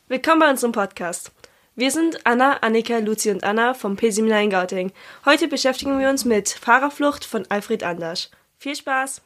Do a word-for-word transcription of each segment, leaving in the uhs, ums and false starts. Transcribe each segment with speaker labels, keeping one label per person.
Speaker 1: Willkommen bei unserem Podcast. Wir sind Anna, Annika, Luzi und Anna vom P-Seminar in Gauting. Heute beschäftigen wir uns mit Fahrerflucht von Alfred Andersch. Viel Spaß!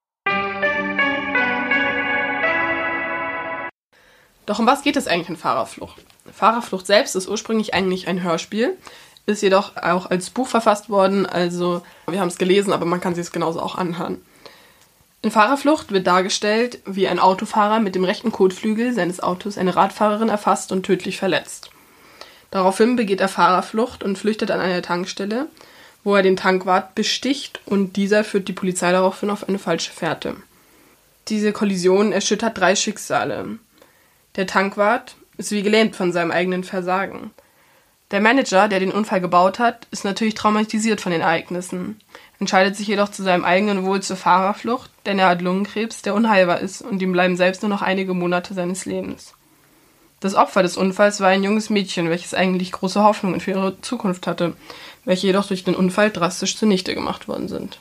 Speaker 2: Doch um was geht es eigentlich in Fahrerflucht? Fahrerflucht selbst ist ursprünglich eigentlich ein Hörspiel, ist jedoch auch als Buch verfasst worden, also wir haben es gelesen, aber man kann sich es genauso auch anhören. In Fahrerflucht wird dargestellt, wie ein Autofahrer mit dem rechten Kotflügel seines Autos eine Radfahrerin erfasst und tödlich verletzt. Daraufhin begeht er Fahrerflucht und flüchtet an eine Tankstelle, wo er den Tankwart besticht und dieser führt die Polizei daraufhin auf eine falsche Fährte. Diese Kollision erschüttert drei Schicksale. Der Tankwart ist wie gelähmt von seinem eigenen Versagen. Der Manager, der den Unfall gebaut hat, ist natürlich traumatisiert von den Ereignissen, entscheidet sich jedoch zu seinem eigenen Wohl zur Fahrerflucht, denn er hat Lungenkrebs, der unheilbar ist und ihm bleiben selbst nur noch einige Monate seines Lebens. Das Opfer des Unfalls war ein junges Mädchen, welches eigentlich große Hoffnungen für ihre Zukunft hatte, welche jedoch durch den Unfall drastisch zunichte gemacht worden sind.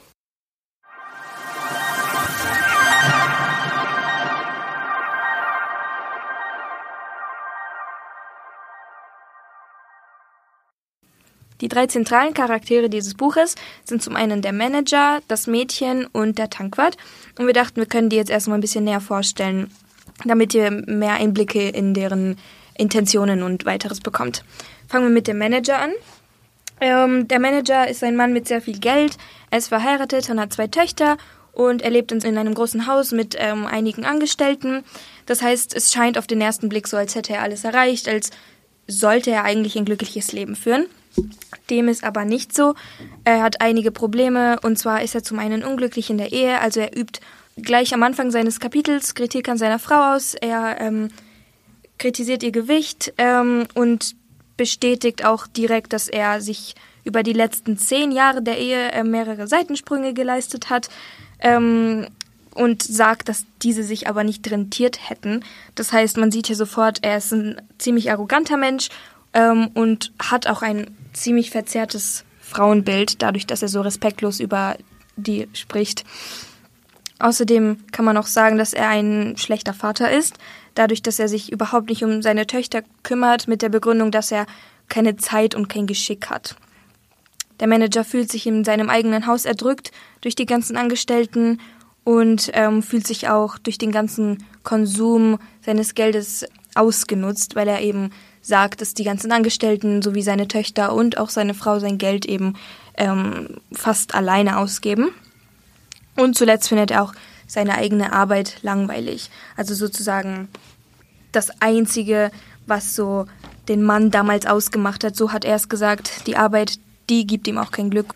Speaker 3: Die drei zentralen Charaktere dieses Buches sind zum einen der Manager, das Mädchen und der Tankwart. Und wir dachten, wir können die jetzt erstmal ein bisschen näher vorstellen, damit ihr mehr Einblicke in deren Intentionen und weiteres bekommt. Fangen wir mit dem Manager an. Ähm, der Manager ist ein Mann mit sehr viel Geld. Er ist verheiratet und hat zwei Töchter und er lebt in, in einem großen Haus mit ähm, einigen Angestellten. Das heißt, es scheint auf den ersten Blick so, als hätte er alles erreicht, als sollte er eigentlich ein glückliches Leben führen. Dem ist aber nicht so. Er hat einige Probleme und zwar ist er zum einen unglücklich in der Ehe, also er übt gleich am Anfang seines Kapitels Kritik an seiner Frau aus, er ähm, kritisiert ihr Gewicht ähm, und bestätigt auch direkt, dass er sich über die letzten zehn Jahre der Ehe äh, mehrere Seitensprünge geleistet hat ähm, und sagt, dass diese sich aber nicht rentiert hätten. Das heißt, man sieht hier sofort, er ist ein ziemlich arroganter Mensch ähm, und hat auch ein ziemlich verzerrtes Frauenbild, dadurch, dass er so respektlos über die spricht. Außerdem kann man auch sagen, dass er ein schlechter Vater ist, dadurch, dass er sich überhaupt nicht um seine Töchter kümmert, mit der Begründung, dass er keine Zeit und kein Geschick hat. Der Manager fühlt sich in seinem eigenen Haus erdrückt durch die ganzen Angestellten und ähm, fühlt sich auch durch den ganzen Konsum seines Geldes ausgenutzt, weil er eben sagt, dass die ganzen Angestellten sowie seine Töchter und auch seine Frau sein Geld eben ähm, fast alleine ausgeben. Und zuletzt findet er auch seine eigene Arbeit langweilig. Also sozusagen das Einzige, was so den Mann damals ausgemacht hat, so hat er es gesagt, die Arbeit, die gibt ihm auch kein Glück.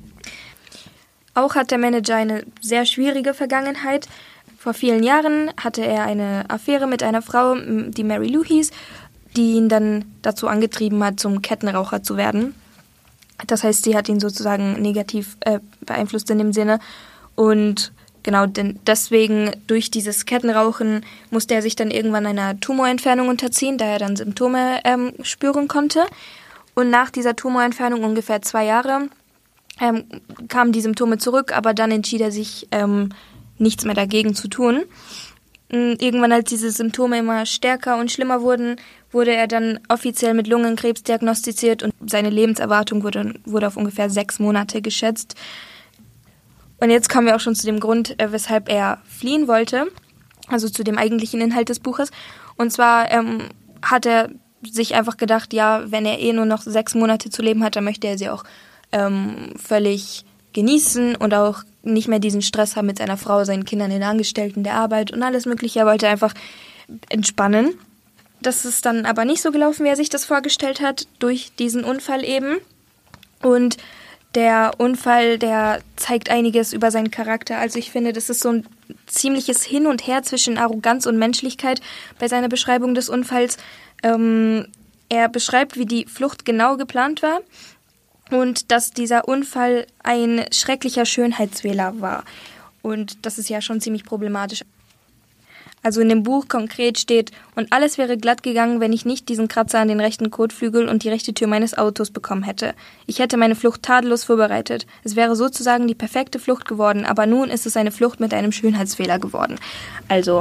Speaker 3: Auch hat der Manager eine sehr schwierige Vergangenheit. Vor vielen Jahren hatte er eine Affäre mit einer Frau, die Mary Lou hieß, die ihn dann dazu angetrieben hat, zum Kettenraucher zu werden. Das heißt, sie hat ihn sozusagen negativ äh, beeinflusst in dem Sinne. Und genau denn deswegen, durch dieses Kettenrauchen, musste er sich dann irgendwann einer Tumorentfernung unterziehen, da er dann Symptome ähm, spüren konnte. Und nach dieser Tumorentfernung, ungefähr zwei Jahre, ähm, kamen die Symptome zurück, aber dann entschied er sich, ähm, nichts mehr dagegen zu tun. Irgendwann, als diese Symptome immer stärker und schlimmer wurden, wurde er dann offiziell mit Lungenkrebs diagnostiziert und seine Lebenserwartung wurde, wurde auf ungefähr sechs Monate geschätzt. Und jetzt kommen wir auch schon zu dem Grund, weshalb er fliehen wollte, also zu dem eigentlichen Inhalt des Buches. Und zwar ähm, hat er sich einfach gedacht, ja, wenn er eh nur noch sechs Monate zu leben hat, dann möchte er sie auch ähm, völlig genießen und auch nicht mehr diesen Stress haben mit seiner Frau, seinen Kindern, den Angestellten, der Arbeit und alles Mögliche. Er wollte einfach entspannen. Das ist dann aber nicht so gelaufen, wie er sich das vorgestellt hat, durch diesen Unfall eben. Und der Unfall, der zeigt einiges über seinen Charakter. Also ich finde, das ist so ein ziemliches Hin und Her zwischen Arroganz und Menschlichkeit bei seiner Beschreibung des Unfalls. Ähm, er beschreibt, wie die Flucht genau geplant war. Und dass dieser Unfall ein schrecklicher Schönheitsfehler war. Und das ist ja schon ziemlich problematisch. Also in dem Buch konkret steht, und alles wäre glatt gegangen, wenn ich nicht diesen Kratzer an den rechten Kotflügel und die rechte Tür meines Autos bekommen hätte. Ich hätte meine Flucht tadellos vorbereitet. Es wäre sozusagen die perfekte Flucht geworden, aber nun ist es eine Flucht mit einem Schönheitsfehler geworden. Also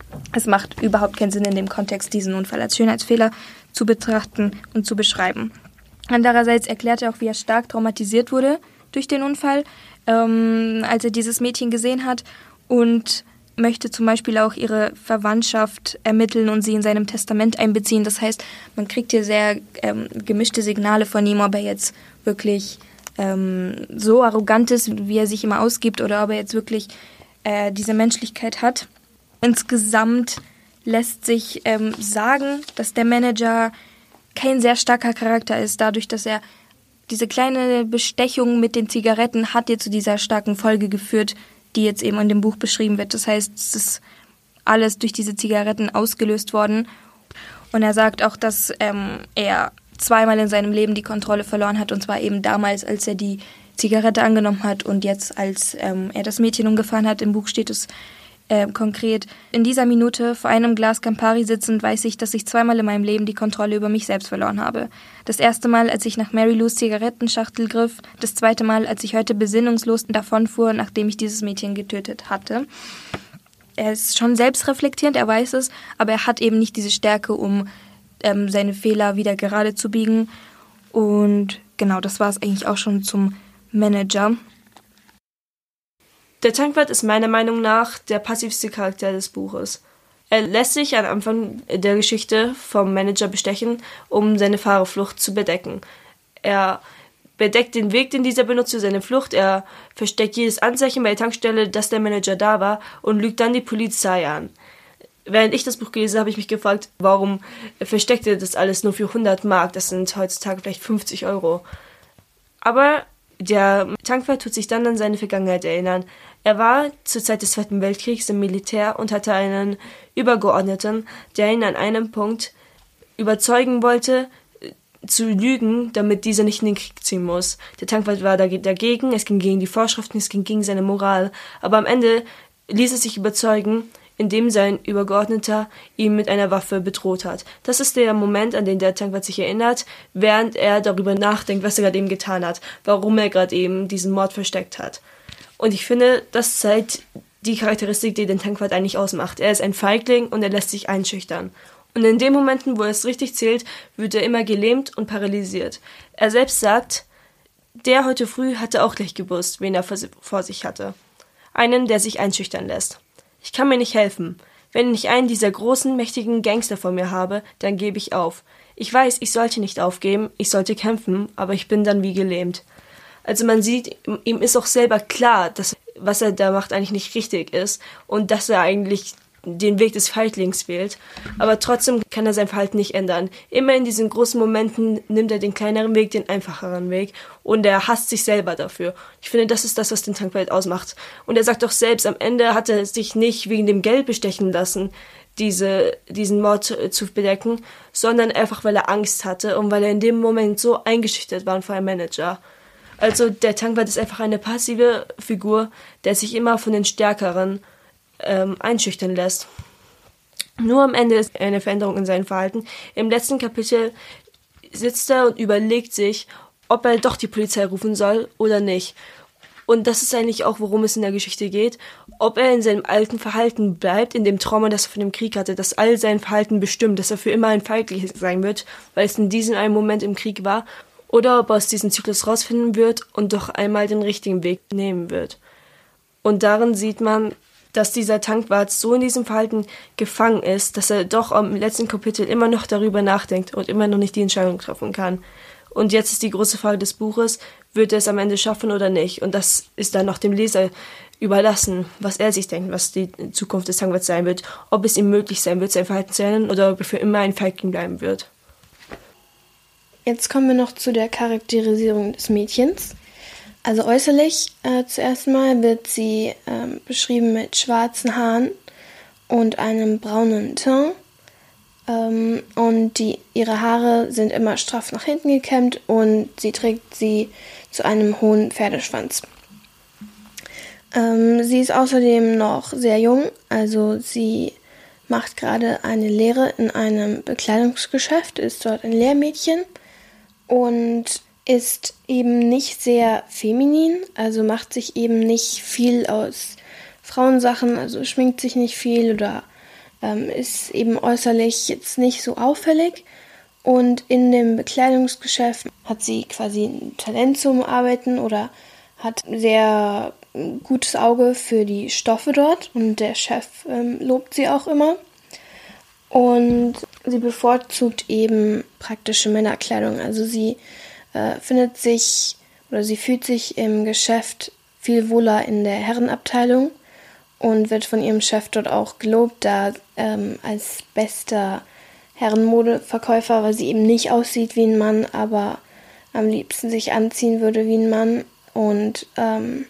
Speaker 3: Es macht überhaupt keinen Sinn in dem Kontext, diesen Unfall als Schönheitsfehler zu betrachten und zu beschreiben. Andererseits erklärt er auch, wie er stark traumatisiert wurde durch den Unfall, ähm, als er dieses Mädchen gesehen hat, und möchte zum Beispiel auch ihre Verwandtschaft ermitteln und sie in seinem Testament einbeziehen. Das heißt, man kriegt hier sehr ähm, gemischte Signale von ihm, ob er jetzt wirklich ähm, so arrogant ist, wie er sich immer ausgibt, oder ob er jetzt wirklich äh, diese Menschlichkeit hat. Insgesamt lässt sich ähm, sagen, dass der Manager kein sehr starker Charakter ist, dadurch, dass er diese kleine Bestechung mit den Zigaretten hat jetzt zu dieser starken Folge geführt, die jetzt eben in dem Buch beschrieben wird. Das heißt, es ist alles durch diese Zigaretten ausgelöst worden. Und er sagt auch, dass ähm, er zweimal in seinem Leben die Kontrolle verloren hat, und zwar eben damals, als er die Zigarette angenommen hat, und jetzt, als ähm, er das Mädchen umgefahren hat. Im Buch steht es äh, konkret: In dieser Minute vor einem Glas Campari sitzend weiß ich, dass ich zweimal in meinem Leben die Kontrolle über mich selbst verloren habe. Das erste Mal, als ich nach Mary Lou's Zigarettenschachtel griff, das zweite Mal, als ich heute besinnungslos davonfuhr, nachdem ich dieses Mädchen getötet hatte. Er ist schon selbstreflektierend, er weiß es, aber er hat eben nicht diese Stärke, um ähm, seine Fehler wieder gerade zu biegen. Und genau, das war es eigentlich auch schon zum Manager.
Speaker 1: Der Tankwart ist meiner Meinung nach der passivste Charakter des Buches. Er lässt sich am Anfang der Geschichte vom Manager bestechen, um seine Fahrerflucht zu bedecken. Er bedeckt den Weg, den dieser benutzt für seine Flucht. Er versteckt jedes Anzeichen bei der Tankstelle, dass der Manager da war, und lügt dann die Polizei an. Während ich das Buch gelesen habe, habe ich mich gefragt, warum versteckt er das alles nur für hundert Mark? Das sind heutzutage vielleicht fünfzig Euro. Aber der Tankwart tut sich dann an seine Vergangenheit erinnern. Er war zur Zeit des Zweiten Weltkriegs im Militär und hatte einen Übergeordneten, der ihn an einem Punkt überzeugen wollte, zu lügen, damit dieser nicht in den Krieg ziehen muss. Der Tankwart war dagegen, es ging gegen die Vorschriften, es ging gegen seine Moral. Aber am Ende ließ er sich überzeugen, indem sein Übergeordneter ihn mit einer Waffe bedroht hat. Das ist der Moment, an den der Tankwart sich erinnert, während er darüber nachdenkt, was er gerade eben getan hat, warum er gerade eben diesen Mord versteckt hat. Und ich finde, das zeigt die Charakteristik, die den Tankwart eigentlich ausmacht. Er ist ein Feigling und er lässt sich einschüchtern. Und in den Momenten, wo er es richtig zählt, wird er immer gelähmt und paralysiert. Er selbst sagt, der heute früh hatte auch gleich gewusst, wen er vor sich hatte. Einen, der sich einschüchtern lässt. Ich kann mir nicht helfen. Wenn ich einen dieser großen, mächtigen Gangster vor mir habe, dann gebe ich auf. Ich weiß, ich sollte nicht aufgeben, ich sollte kämpfen, aber ich bin dann wie gelähmt. Also man sieht, ihm ist auch selber klar, dass was er da macht eigentlich nicht richtig ist und dass er eigentlich den Weg des Feiglings wählt, aber trotzdem kann er sein Verhalten nicht ändern. Immer in diesen großen Momenten nimmt er den kleineren Weg, den einfacheren Weg, und er hasst sich selber dafür. Ich finde, das ist das, was den Tankwart ausmacht. Und er sagt doch selbst, am Ende hat er sich nicht wegen dem Geld bestechen lassen, diese, diesen Mord zu bedecken, sondern einfach, weil er Angst hatte und weil er in dem Moment so eingeschüchtert war vor einem Manager. Also der Tankwart ist einfach eine passive Figur, der sich immer von den Stärkeren ähm, einschüchtern lässt. Nur am Ende ist eine Veränderung in seinem Verhalten. Im letzten Kapitel sitzt er und überlegt sich, ob er doch die Polizei rufen soll oder nicht. Und das ist eigentlich auch, worum es in der Geschichte geht. Ob er in seinem alten Verhalten bleibt, in dem Trauma, das er von dem Krieg hatte, das all sein Verhalten bestimmt, dass er für immer ein Feigling sein wird, weil es in diesem einen Moment im Krieg war, oder ob er aus diesem Zyklus rausfinden wird und doch einmal den richtigen Weg nehmen wird. Und darin sieht man, dass dieser Tankwart so in diesem Verhalten gefangen ist, dass er doch am letzten Kapitel immer noch darüber nachdenkt und immer noch nicht die Entscheidung treffen kann. Und jetzt ist die große Frage des Buches, wird er es am Ende schaffen oder nicht? Und das ist dann noch dem Leser überlassen, was er sich denkt, was die Zukunft des Tankwarts sein wird, ob es ihm möglich sein wird, sein Verhalten zu ändern oder ob er für immer ein Feigling bleiben wird.
Speaker 4: Jetzt kommen wir noch zu der Charakterisierung des Mädchens. Also äußerlich äh, zuerst mal wird sie äh, beschrieben mit schwarzen Haaren und einem braunen Teint. Ähm, und die, ihre Haare sind immer straff nach hinten gekämmt und sie trägt sie zu einem hohen Pferdeschwanz. Ähm, sie ist außerdem noch sehr jung, also sie macht gerade eine Lehre in einem Bekleidungsgeschäft, ist dort ein Lehrmädchen und ist eben nicht sehr feminin, also macht sich eben nicht viel aus Frauensachen, also schminkt sich nicht viel oder ähm, ist eben äußerlich jetzt nicht so auffällig. Und in dem Bekleidungsgeschäft hat sie quasi ein Talent zum Arbeiten oder hat sehr gutes Auge für die Stoffe dort. Und der Chef ähm, lobt sie auch immer. Und sie bevorzugt eben praktische Männerkleidung. Also sie äh, findet sich oder sie fühlt sich im Geschäft viel wohler in der Herrenabteilung und wird von ihrem Chef dort auch gelobt, da ähm, als bester Herrenmodeverkäufer, weil sie eben nicht aussieht wie ein Mann, aber am liebsten sich anziehen würde wie ein Mann und ähm,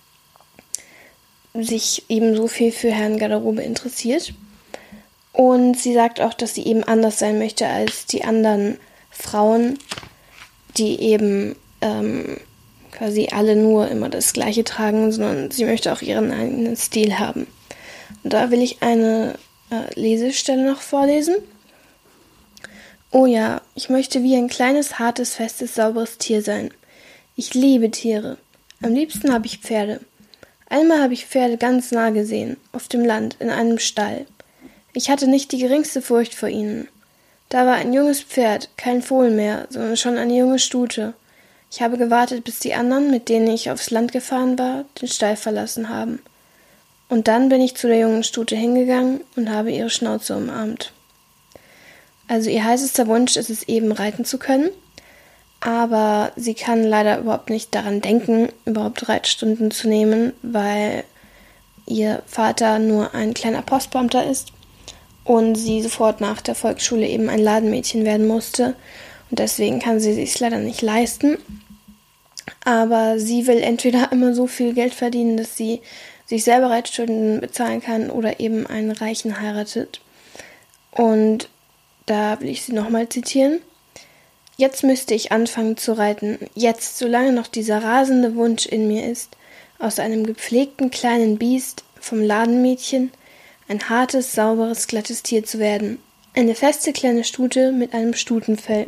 Speaker 4: sich eben so viel für Herrengarderobe interessiert. Und sie sagt auch, dass sie eben anders sein möchte als die anderen Frauen, die eben ähm, quasi alle nur immer das Gleiche tragen, sondern sie möchte auch ihren eigenen Stil haben. Und da will ich eine äh, Lesestelle noch vorlesen. Oh ja, ich möchte wie ein kleines, hartes, festes, sauberes Tier sein. Ich liebe Tiere. Am liebsten habe ich Pferde. Einmal habe ich Pferde ganz nah gesehen, auf dem Land, in einem Stall. Ich hatte nicht die geringste Furcht vor ihnen. Da war ein junges Pferd, kein Fohlen mehr, sondern schon eine junge Stute. Ich habe gewartet, bis die anderen, mit denen ich aufs Land gefahren war, den Stall verlassen haben. Und dann bin ich zu der jungen Stute hingegangen und habe ihre Schnauze umarmt. Also ihr heißester Wunsch ist es eben, reiten zu können, aber sie kann leider überhaupt nicht daran denken, überhaupt Reitstunden zu nehmen, weil ihr Vater nur ein kleiner Postbeamter ist und sie sofort nach der Volksschule eben ein Ladenmädchen werden musste. Und deswegen kann sie sich leider nicht leisten. Aber sie will entweder immer so viel Geld verdienen, dass sie sich selber Reitstunden bezahlen kann oder eben einen Reichen heiratet. Und da will ich sie nochmal zitieren. Jetzt müsste ich anfangen zu reiten. Jetzt, solange noch dieser rasende Wunsch in mir ist, aus einem gepflegten kleinen Biest vom Ladenmädchen ein hartes, sauberes, glattes Tier zu werden. Eine feste kleine Stute mit einem Stutenfell.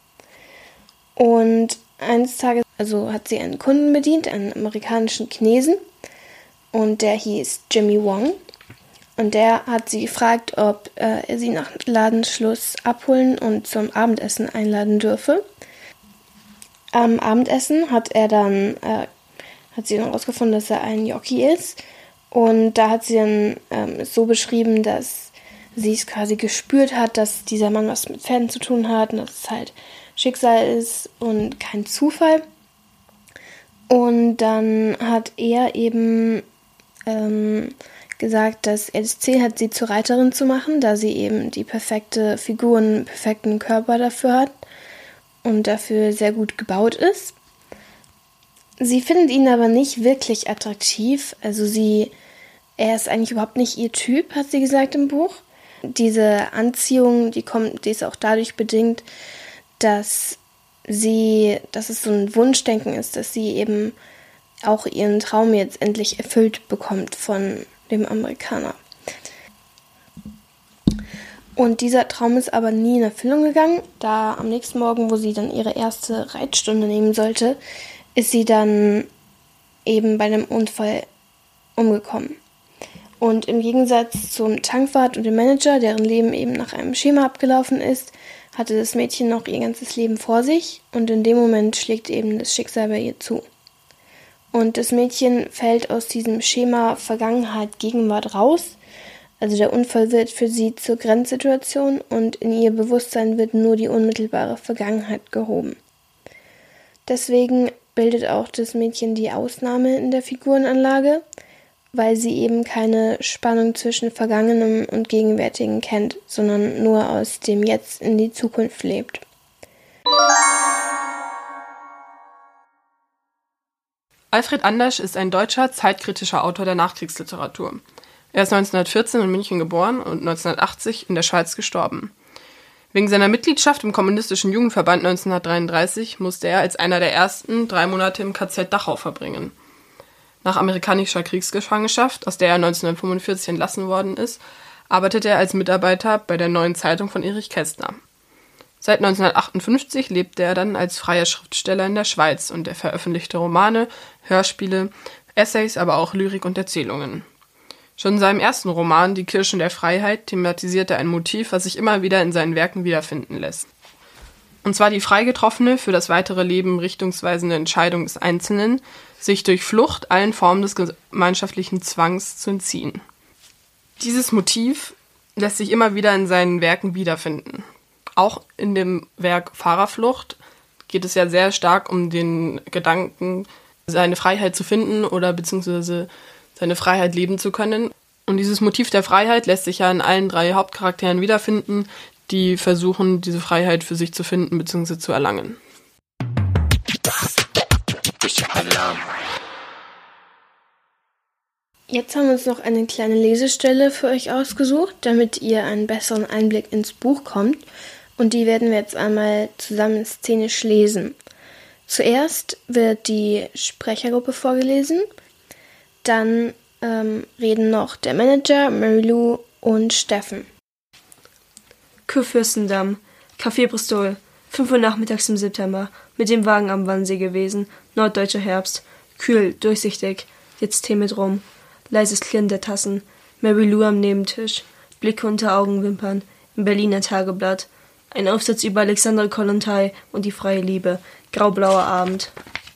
Speaker 4: Und eines Tages also hat sie einen Kunden bedient, einen amerikanischen Chinesen, und der hieß Jimmy Wong. Und der hat sie gefragt, ob äh, er sie nach Ladenschluss abholen und zum Abendessen einladen dürfe. Am Abendessen hat er dann, äh, hat sie dann herausgefunden, dass er ein Jockey ist. Und da hat sie dann ähm, so beschrieben, dass sie es quasi gespürt hat, dass dieser Mann was mit Pferden zu tun hat und dass es halt Schicksal ist und kein Zufall. Und dann hat er eben ähm, gesagt, dass er das Ziel hat, sie zur Reiterin zu machen, da sie eben die perfekte Figur und einen perfekten Körper dafür hat und dafür sehr gut gebaut ist. Sie findet ihn aber nicht wirklich attraktiv, also sie, er ist eigentlich überhaupt nicht ihr Typ, hat sie gesagt im Buch. Diese Anziehung, die kommt, die ist auch dadurch bedingt, dass sie, dass es so ein Wunschdenken ist, dass sie eben auch ihren Traum jetzt endlich erfüllt bekommt von dem Amerikaner. Und dieser Traum ist aber nie in Erfüllung gegangen, da am nächsten Morgen, wo sie dann ihre erste Reitstunde nehmen sollte, ist sie dann eben bei einem Unfall umgekommen. Und im Gegensatz zum Tankwart und dem Manager, deren Leben eben nach einem Schema abgelaufen ist, hatte das Mädchen noch ihr ganzes Leben vor sich und in dem Moment schlägt eben das Schicksal bei ihr zu. Und das Mädchen fällt aus diesem Schema Vergangenheit-Gegenwart raus. Also der Unfall wird für sie zur Grenzsituation und in ihr Bewusstsein wird nur die unmittelbare Vergangenheit gehoben. Deswegen bildet auch das Mädchen die Ausnahme in der Figurenanlage, weil sie eben keine Spannung zwischen Vergangenem und Gegenwärtigem kennt, sondern nur aus dem Jetzt in die Zukunft lebt.
Speaker 2: Alfred Andersch ist ein deutscher, zeitkritischer Autor der Nachkriegsliteratur. Er ist neunzehnhundertvierzehn in München geboren und neunzehnhundertachtzig in der Schweiz gestorben. Wegen seiner Mitgliedschaft im Kommunistischen Jugendverband neunzehnhundertdreiunddreißig musste er als einer der ersten drei Monate im K Z Dachau verbringen. Nach amerikanischer Kriegsgefangenschaft, aus der er neunzehnhundertfünfundvierzig entlassen worden ist, arbeitete er als Mitarbeiter bei der Neuen Zeitung von Erich Kästner. Seit neunzehnhundertachtundfünfzig lebte er dann als freier Schriftsteller in der Schweiz und er veröffentlichte Romane, Hörspiele, Essays, aber auch Lyrik und Erzählungen. Schon in seinem ersten Roman, Die Kirschen der Freiheit, thematisiert er ein Motiv, was sich immer wieder in seinen Werken wiederfinden lässt. Und zwar die frei getroffene, für das weitere Leben richtungsweisende Entscheidung des Einzelnen, sich durch Flucht allen Formen des gemeinschaftlichen Zwangs zu entziehen. Dieses Motiv lässt sich immer wieder in seinen Werken wiederfinden. Auch in dem Werk Fahrerflucht geht es ja sehr stark um den Gedanken, seine Freiheit zu finden oder beziehungsweise seine Freiheit leben zu können. Und dieses Motiv der Freiheit lässt sich ja in allen drei Hauptcharakteren wiederfinden, die versuchen, diese Freiheit für sich zu finden bzw. zu erlangen.
Speaker 4: Jetzt haben wir uns noch eine kleine Lesestelle für euch ausgesucht, damit ihr einen besseren Einblick ins Buch kommt. Und die werden wir jetzt einmal zusammen szenisch lesen. Zuerst wird die Sprechergruppe vorgelesen. Dann ähm, reden noch der Manager, Mary Lou und Steffen.
Speaker 1: Kurfürstendamm, Café Bristol, fünf Uhr nachmittags im September, mit dem Wagen am Wannsee gewesen, norddeutscher Herbst, kühl, durchsichtig, jetzt Tee mit Rum, leises Klirren der Tassen, Mary Lou am Nebentisch, Blicke unter Augenwimpern, im Berliner Tageblatt, ein Aufsatz über Alexandre Kollontai und die freie Liebe, graublauer Abend.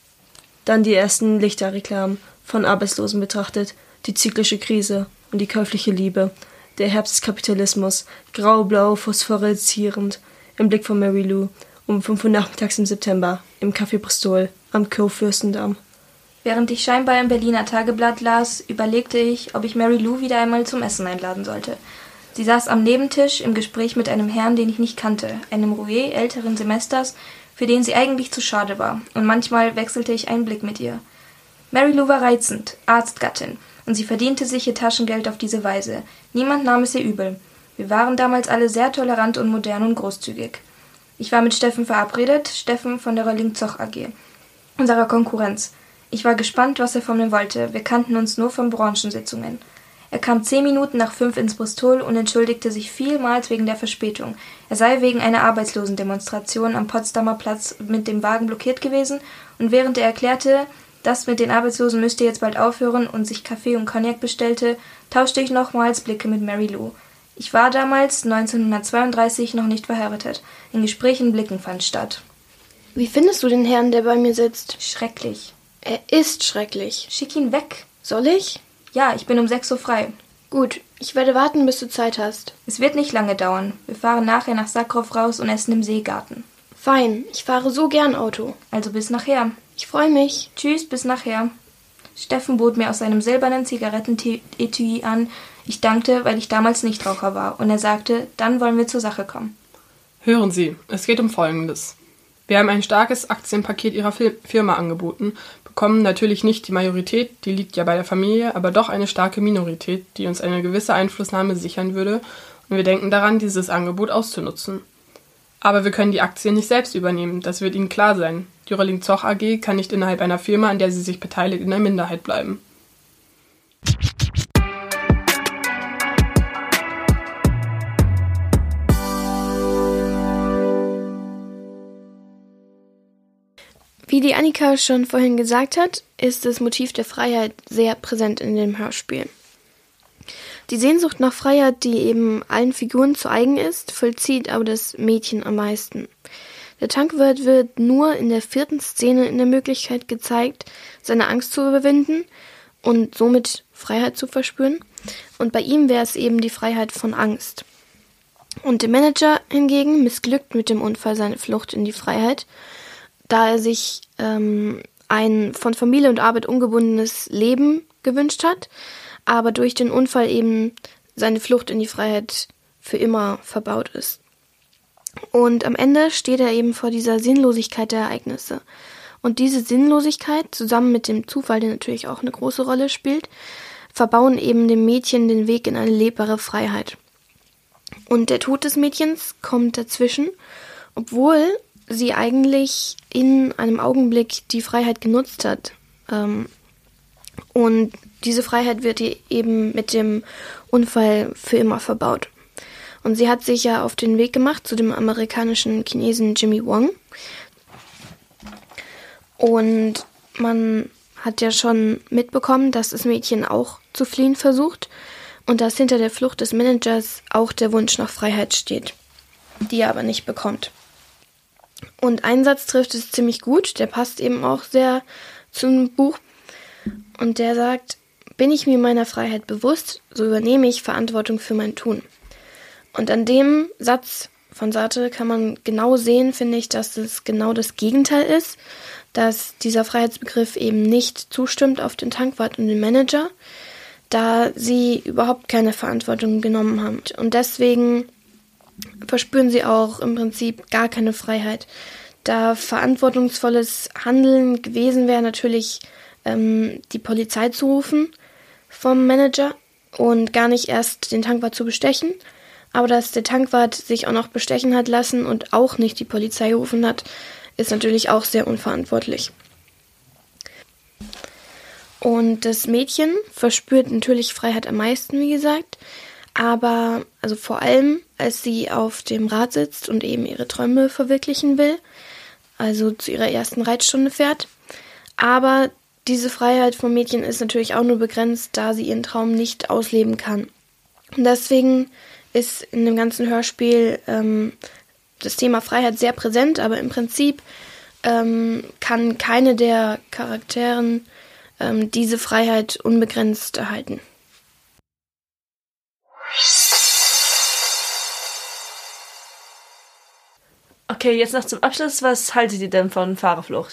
Speaker 1: Dann die ersten Lichterreklamen, von Arbeitslosen betrachtet, die zyklische Krise und die käufliche Liebe, der Herbst des Kapitalismus, grau-blau phosphoreszierend, im Blick von Mary Lou, um fünf Uhr nachmittags im September, im Café Bristol, am Kurfürstendamm.
Speaker 3: Während ich scheinbar im Berliner Tageblatt las, überlegte ich, ob ich Mary Lou wieder einmal zum Essen einladen sollte. Sie saß am Nebentisch im Gespräch mit einem Herrn, den ich nicht kannte, einem Rouet älteren Semesters, für den sie eigentlich zu schade war, und manchmal wechselte ich einen Blick mit ihr. Mary Lou war reizend, Arztgattin, und sie verdiente sich ihr Taschengeld auf diese Weise. Niemand nahm es ihr übel. Wir waren damals alle sehr tolerant und modern und großzügig. Ich war mit Steffen verabredet, Steffen von der Rolling-Zoch A G, unserer Konkurrenz. Ich war gespannt, was er von mir wollte. Wir kannten uns nur von Branchensitzungen. Er kam zehn Minuten nach fünf ins Bristol und entschuldigte sich vielmals wegen der Verspätung. Er sei wegen einer Arbeitslosendemonstration am Potsdamer Platz mit dem Wagen blockiert gewesen, und während er erklärte, das mit den Arbeitslosen müsste jetzt bald aufhören und sich Kaffee und Cognac bestellte, tauschte ich nochmals Blicke mit Mary Lou. Ich war damals, neunzehnhundertzweiunddreißig, noch nicht verheiratet. Ein Gespräch in Blicken fand statt.
Speaker 4: Wie findest du den Herrn, der bei mir sitzt?
Speaker 3: Schrecklich.
Speaker 4: Er ist schrecklich.
Speaker 3: Schick ihn weg.
Speaker 4: Soll ich?
Speaker 3: Ja, ich bin um sechs Uhr frei.
Speaker 4: Gut, ich werde warten, bis du Zeit hast.
Speaker 3: Es wird nicht lange dauern. Wir fahren nachher nach Sakrow raus und essen im Seegarten.
Speaker 4: Fein, ich fahre so gern Auto.
Speaker 3: Also bis nachher.
Speaker 4: Ich freue mich.
Speaker 3: Tschüss, bis nachher. Steffen bot mir aus seinem silbernen Zigarettenetui an. Ich dankte, weil ich damals Nichtraucher war, und er sagte, dann wollen wir zur Sache kommen.
Speaker 2: Hören Sie, es geht um Folgendes. Wir haben ein starkes Aktienpaket Ihrer Firma angeboten, bekommen natürlich nicht die Majorität, die liegt ja bei der Familie, aber doch eine starke Minorität, die uns eine gewisse Einflussnahme sichern würde, und wir denken daran, dieses Angebot auszunutzen. Aber wir können die Aktien nicht selbst übernehmen, das wird Ihnen klar sein. Die Rolling-Zoch A G kann nicht innerhalb einer Firma, an der sie sich beteiligt, in der Minderheit bleiben.
Speaker 4: Wie die Annika schon vorhin gesagt hat, ist das Motiv der Freiheit sehr präsent in dem Hörspiel. Die Sehnsucht nach Freiheit, die eben allen Figuren zu eigen ist, vollzieht aber das Mädchen am meisten. Der Tankwart wird nur in der vierten Szene in der Möglichkeit gezeigt, seine Angst zu überwinden und somit Freiheit zu verspüren. Und bei ihm wäre es eben die Freiheit von Angst. Und der Manager hingegen missglückt mit dem Unfall seine Flucht in die Freiheit, da er sich ähm, ein von Familie und Arbeit ungebundenes Leben gewünscht hat, aber durch den Unfall eben seine Flucht in die Freiheit für immer verbaut ist. Und am Ende steht er eben vor dieser Sinnlosigkeit der Ereignisse. Und diese Sinnlosigkeit, zusammen mit dem Zufall, der natürlich auch eine große Rolle spielt, verbauen eben dem Mädchen den Weg in eine lebbare Freiheit. Und der Tod des Mädchens kommt dazwischen, obwohl sie eigentlich in einem Augenblick die Freiheit genutzt hat. Und diese Freiheit wird ihr eben mit dem Unfall für immer verbaut. Und sie hat sich ja auf den Weg gemacht zu dem amerikanischen Chinesen Jimmy Wong. Und man hat ja schon mitbekommen, dass das Mädchen auch zu fliehen versucht und dass hinter der Flucht des Managers auch der Wunsch nach Freiheit steht, die er aber nicht bekommt. Und ein Satz trifft es ziemlich gut, der passt eben auch sehr zum Buch. Und der sagt: Bin ich mir meiner Freiheit bewusst, so übernehme ich Verantwortung für mein Tun. Und an dem Satz von Sartre kann man genau sehen, finde ich, dass es genau das Gegenteil ist, dass dieser Freiheitsbegriff eben nicht zustimmt auf den Tankwart und den Manager, da sie überhaupt keine Verantwortung genommen haben. Und deswegen verspüren sie auch im Prinzip gar keine Freiheit. Da verantwortungsvolles Handeln gewesen wäre, natürlich ähm, die Polizei zu rufen vom Manager und gar nicht erst den Tankwart zu bestechen. Aber dass der Tankwart sich auch noch bestechen hat lassen und auch nicht die Polizei gerufen hat, ist natürlich auch sehr unverantwortlich. Und das Mädchen verspürt natürlich Freiheit am meisten, wie gesagt, aber also vor allem, als sie auf dem Rad sitzt und eben ihre Träume verwirklichen will, also zu ihrer ersten Reitstunde fährt. Aber diese Freiheit vom Mädchen ist natürlich auch nur begrenzt, da sie ihren Traum nicht ausleben kann. Und deswegen ist in dem ganzen Hörspiel ähm, das Thema Freiheit sehr präsent, aber im Prinzip ähm, kann keine der Charakteren ähm, diese Freiheit unbegrenzt erhalten.
Speaker 1: Okay, jetzt noch zum Abschluss. Was haltet ihr denn von Fahrerflucht?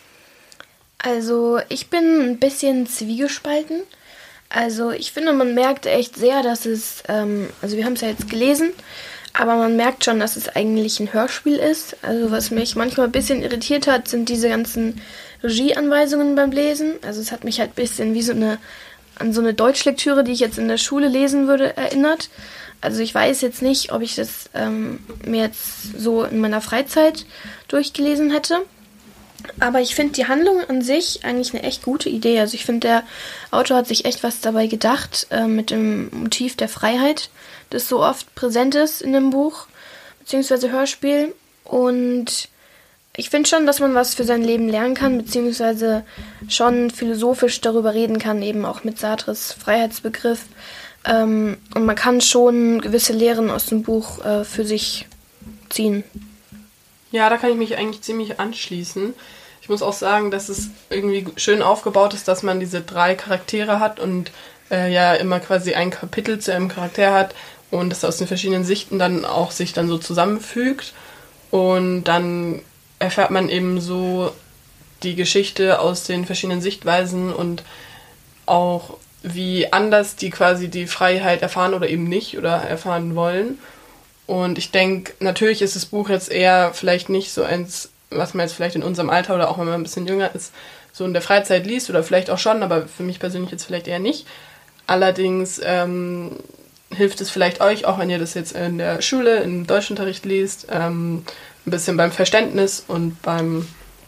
Speaker 4: Also ich bin ein bisschen zwiegespalten. Also ich finde, man merkt echt sehr, dass es, ähm, also wir haben es ja jetzt gelesen, aber man merkt schon, dass es eigentlich ein Hörspiel ist. Also was mich manchmal ein bisschen irritiert hat, sind diese ganzen Regieanweisungen beim Lesen. Also es hat mich halt ein bisschen wie so eine, an so eine Deutschlektüre, die ich jetzt in der Schule lesen würde, erinnert. Also ich weiß jetzt nicht, ob ich das ähm, mir jetzt so in meiner Freizeit durchgelesen hätte. Aber ich finde die Handlung an sich eigentlich eine echt gute Idee. Also ich finde, der Autor hat sich echt was dabei gedacht äh, mit dem Motiv der Freiheit, das so oft präsent ist in dem Buch beziehungsweise Hörspiel. Und ich finde schon, dass man was für sein Leben lernen kann, beziehungsweise schon philosophisch darüber reden kann, eben auch mit Sartres Freiheitsbegriff. Ähm, und man kann schon gewisse Lehren aus dem Buch äh, für sich ziehen.
Speaker 2: Ja, da kann ich mich eigentlich ziemlich anschließen. Ich muss auch sagen, dass es irgendwie schön aufgebaut ist, dass man diese drei Charaktere hat und äh, ja immer quasi ein Kapitel zu einem Charakter hat und das aus den verschiedenen Sichten dann auch sich dann so zusammenfügt. Und dann erfährt man eben so die Geschichte aus den verschiedenen Sichtweisen und auch wie anders die quasi die Freiheit erfahren oder eben nicht oder erfahren wollen. Und ich denke, natürlich ist das Buch jetzt eher vielleicht nicht so eins, was man jetzt vielleicht in unserem Alter oder auch wenn man ein bisschen jünger ist, so in der Freizeit liest oder vielleicht auch schon, aber für mich persönlich jetzt vielleicht eher nicht. Allerdings ähm, hilft es vielleicht euch, auch wenn ihr das jetzt in der Schule, im Deutschunterricht liest, ähm, ein bisschen beim Verständnis und beim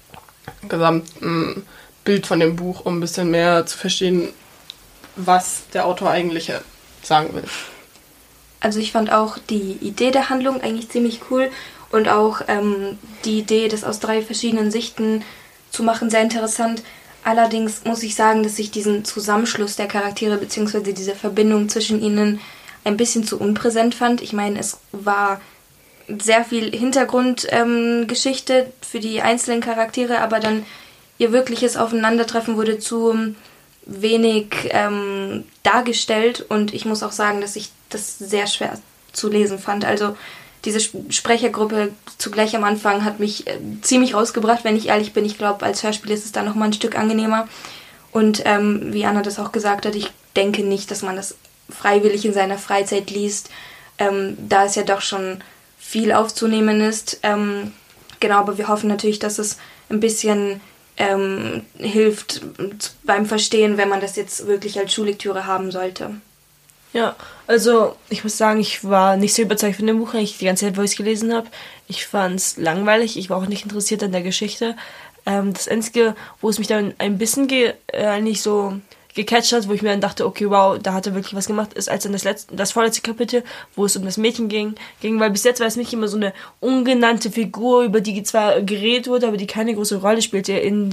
Speaker 2: gesamten Bild von dem Buch, um ein bisschen mehr zu verstehen, was der Autor eigentlich sagen will.
Speaker 3: Also ich fand auch die Idee der Handlung eigentlich ziemlich cool und auch ähm, die Idee, das aus drei verschiedenen Sichten zu machen, sehr interessant. Allerdings muss ich sagen, dass ich diesen Zusammenschluss der Charaktere bzw. diese Verbindung zwischen ihnen ein bisschen zu unpräsent fand. Ich meine, es war sehr viel Hintergrundgeschichte ähm, für die einzelnen Charaktere, aber dann ihr wirkliches Aufeinandertreffen wurde zu wenig ähm, dargestellt und ich muss auch sagen, dass ich das sehr schwer zu lesen fand. Also diese Sprechergruppe zugleich am Anfang hat mich äh, ziemlich rausgebracht, wenn ich ehrlich bin. Ich glaube, als Hörspiel ist es dann nochmal ein Stück angenehmer. Und ähm, wie Anna das auch gesagt hat, ich denke nicht, dass man das freiwillig in seiner Freizeit liest, ähm, da es ja doch schon viel aufzunehmen ist. Ähm, genau, aber wir hoffen natürlich, dass es ein bisschen ähm, hilft beim Verstehen, wenn man das jetzt wirklich als Schullektüre haben sollte.
Speaker 1: Ja, also ich muss sagen, ich war nicht so überzeugt von dem Buch, ich die ganze Zeit, wo ich es gelesen habe. Ich fand es langweilig, ich war auch nicht interessiert an der Geschichte. Ähm, das Einzige, wo es mich dann ein bisschen ge- äh, eigentlich so gecatcht hat, wo ich mir dann dachte, okay, wow, da hat er wirklich was gemacht, ist als dann das letzte, das vorletzte Kapitel, wo es um das Mädchen ging, ging, weil bis jetzt war es nicht immer so eine ungenannte Figur, über die zwar geredet wurde, aber die keine große Rolle spielte in der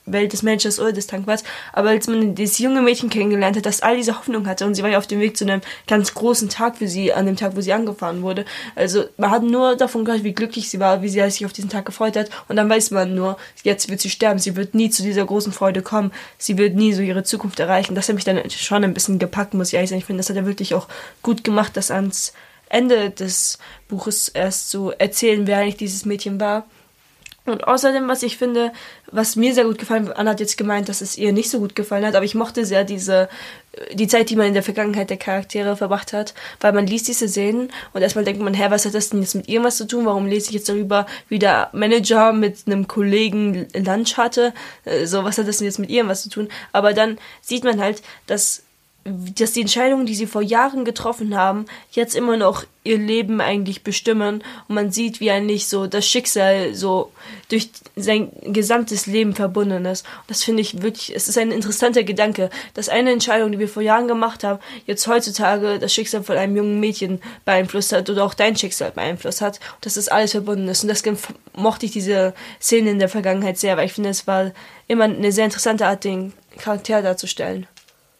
Speaker 1: Welt des Managers oder des Tankwarts, aber als man dieses junge Mädchen kennengelernt hat, das all diese Hoffnung hatte und sie war ja auf dem Weg zu einem ganz großen Tag für sie, an dem Tag, wo sie angefahren wurde. Also man hat nur davon gehört, wie glücklich sie war, wie sehr sie sich auf diesen Tag gefreut hat und dann weiß man nur, jetzt wird sie sterben, sie wird nie zu dieser großen Freude kommen, sie wird nie so ihre Zukunft erreichen. Das hat mich dann schon ein bisschen gepackt, muss ich ehrlich sagen. Ich finde, das hat er wirklich auch gut gemacht, das ans Ende des Buches erst zu erzählen, wer eigentlich dieses Mädchen war. Und außerdem, was ich finde, was mir sehr gut gefallen hat, Anna hat jetzt gemeint, dass es ihr nicht so gut gefallen hat, aber ich mochte sehr diese, die Zeit, die man in der Vergangenheit der Charaktere verbracht hat, weil man liest diese Szenen und erstmal denkt man, hä, was hat das denn jetzt mit irgendwas zu tun? Warum lese ich jetzt darüber, wie der Manager mit einem Kollegen Lunch hatte? So, was hat das denn jetzt mit irgendwas zu tun? Aber dann sieht man halt, dass dass die Entscheidungen, die sie vor Jahren getroffen haben, jetzt immer noch ihr Leben eigentlich bestimmen und man sieht, wie eigentlich so das Schicksal so durch sein gesamtes Leben verbunden ist. Und das finde ich wirklich, es ist ein interessanter Gedanke, dass eine Entscheidung, die wir vor Jahren gemacht haben, jetzt heutzutage das Schicksal von einem jungen Mädchen beeinflusst hat oder auch dein Schicksal beeinflusst hat und dass das alles verbunden ist. Und deswegen mochte ich diese Szene in der Vergangenheit sehr, weil ich finde, es war immer eine sehr interessante Art, den Charakter darzustellen.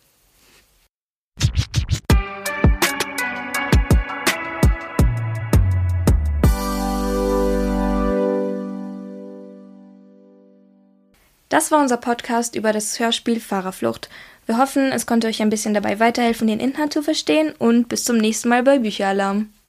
Speaker 3: Das war unser Podcast über das Hörspiel Fahrerflucht. Wir hoffen, es konnte euch ein bisschen dabei weiterhelfen, den Inhalt zu verstehen und bis zum nächsten Mal bei Bücheralarm.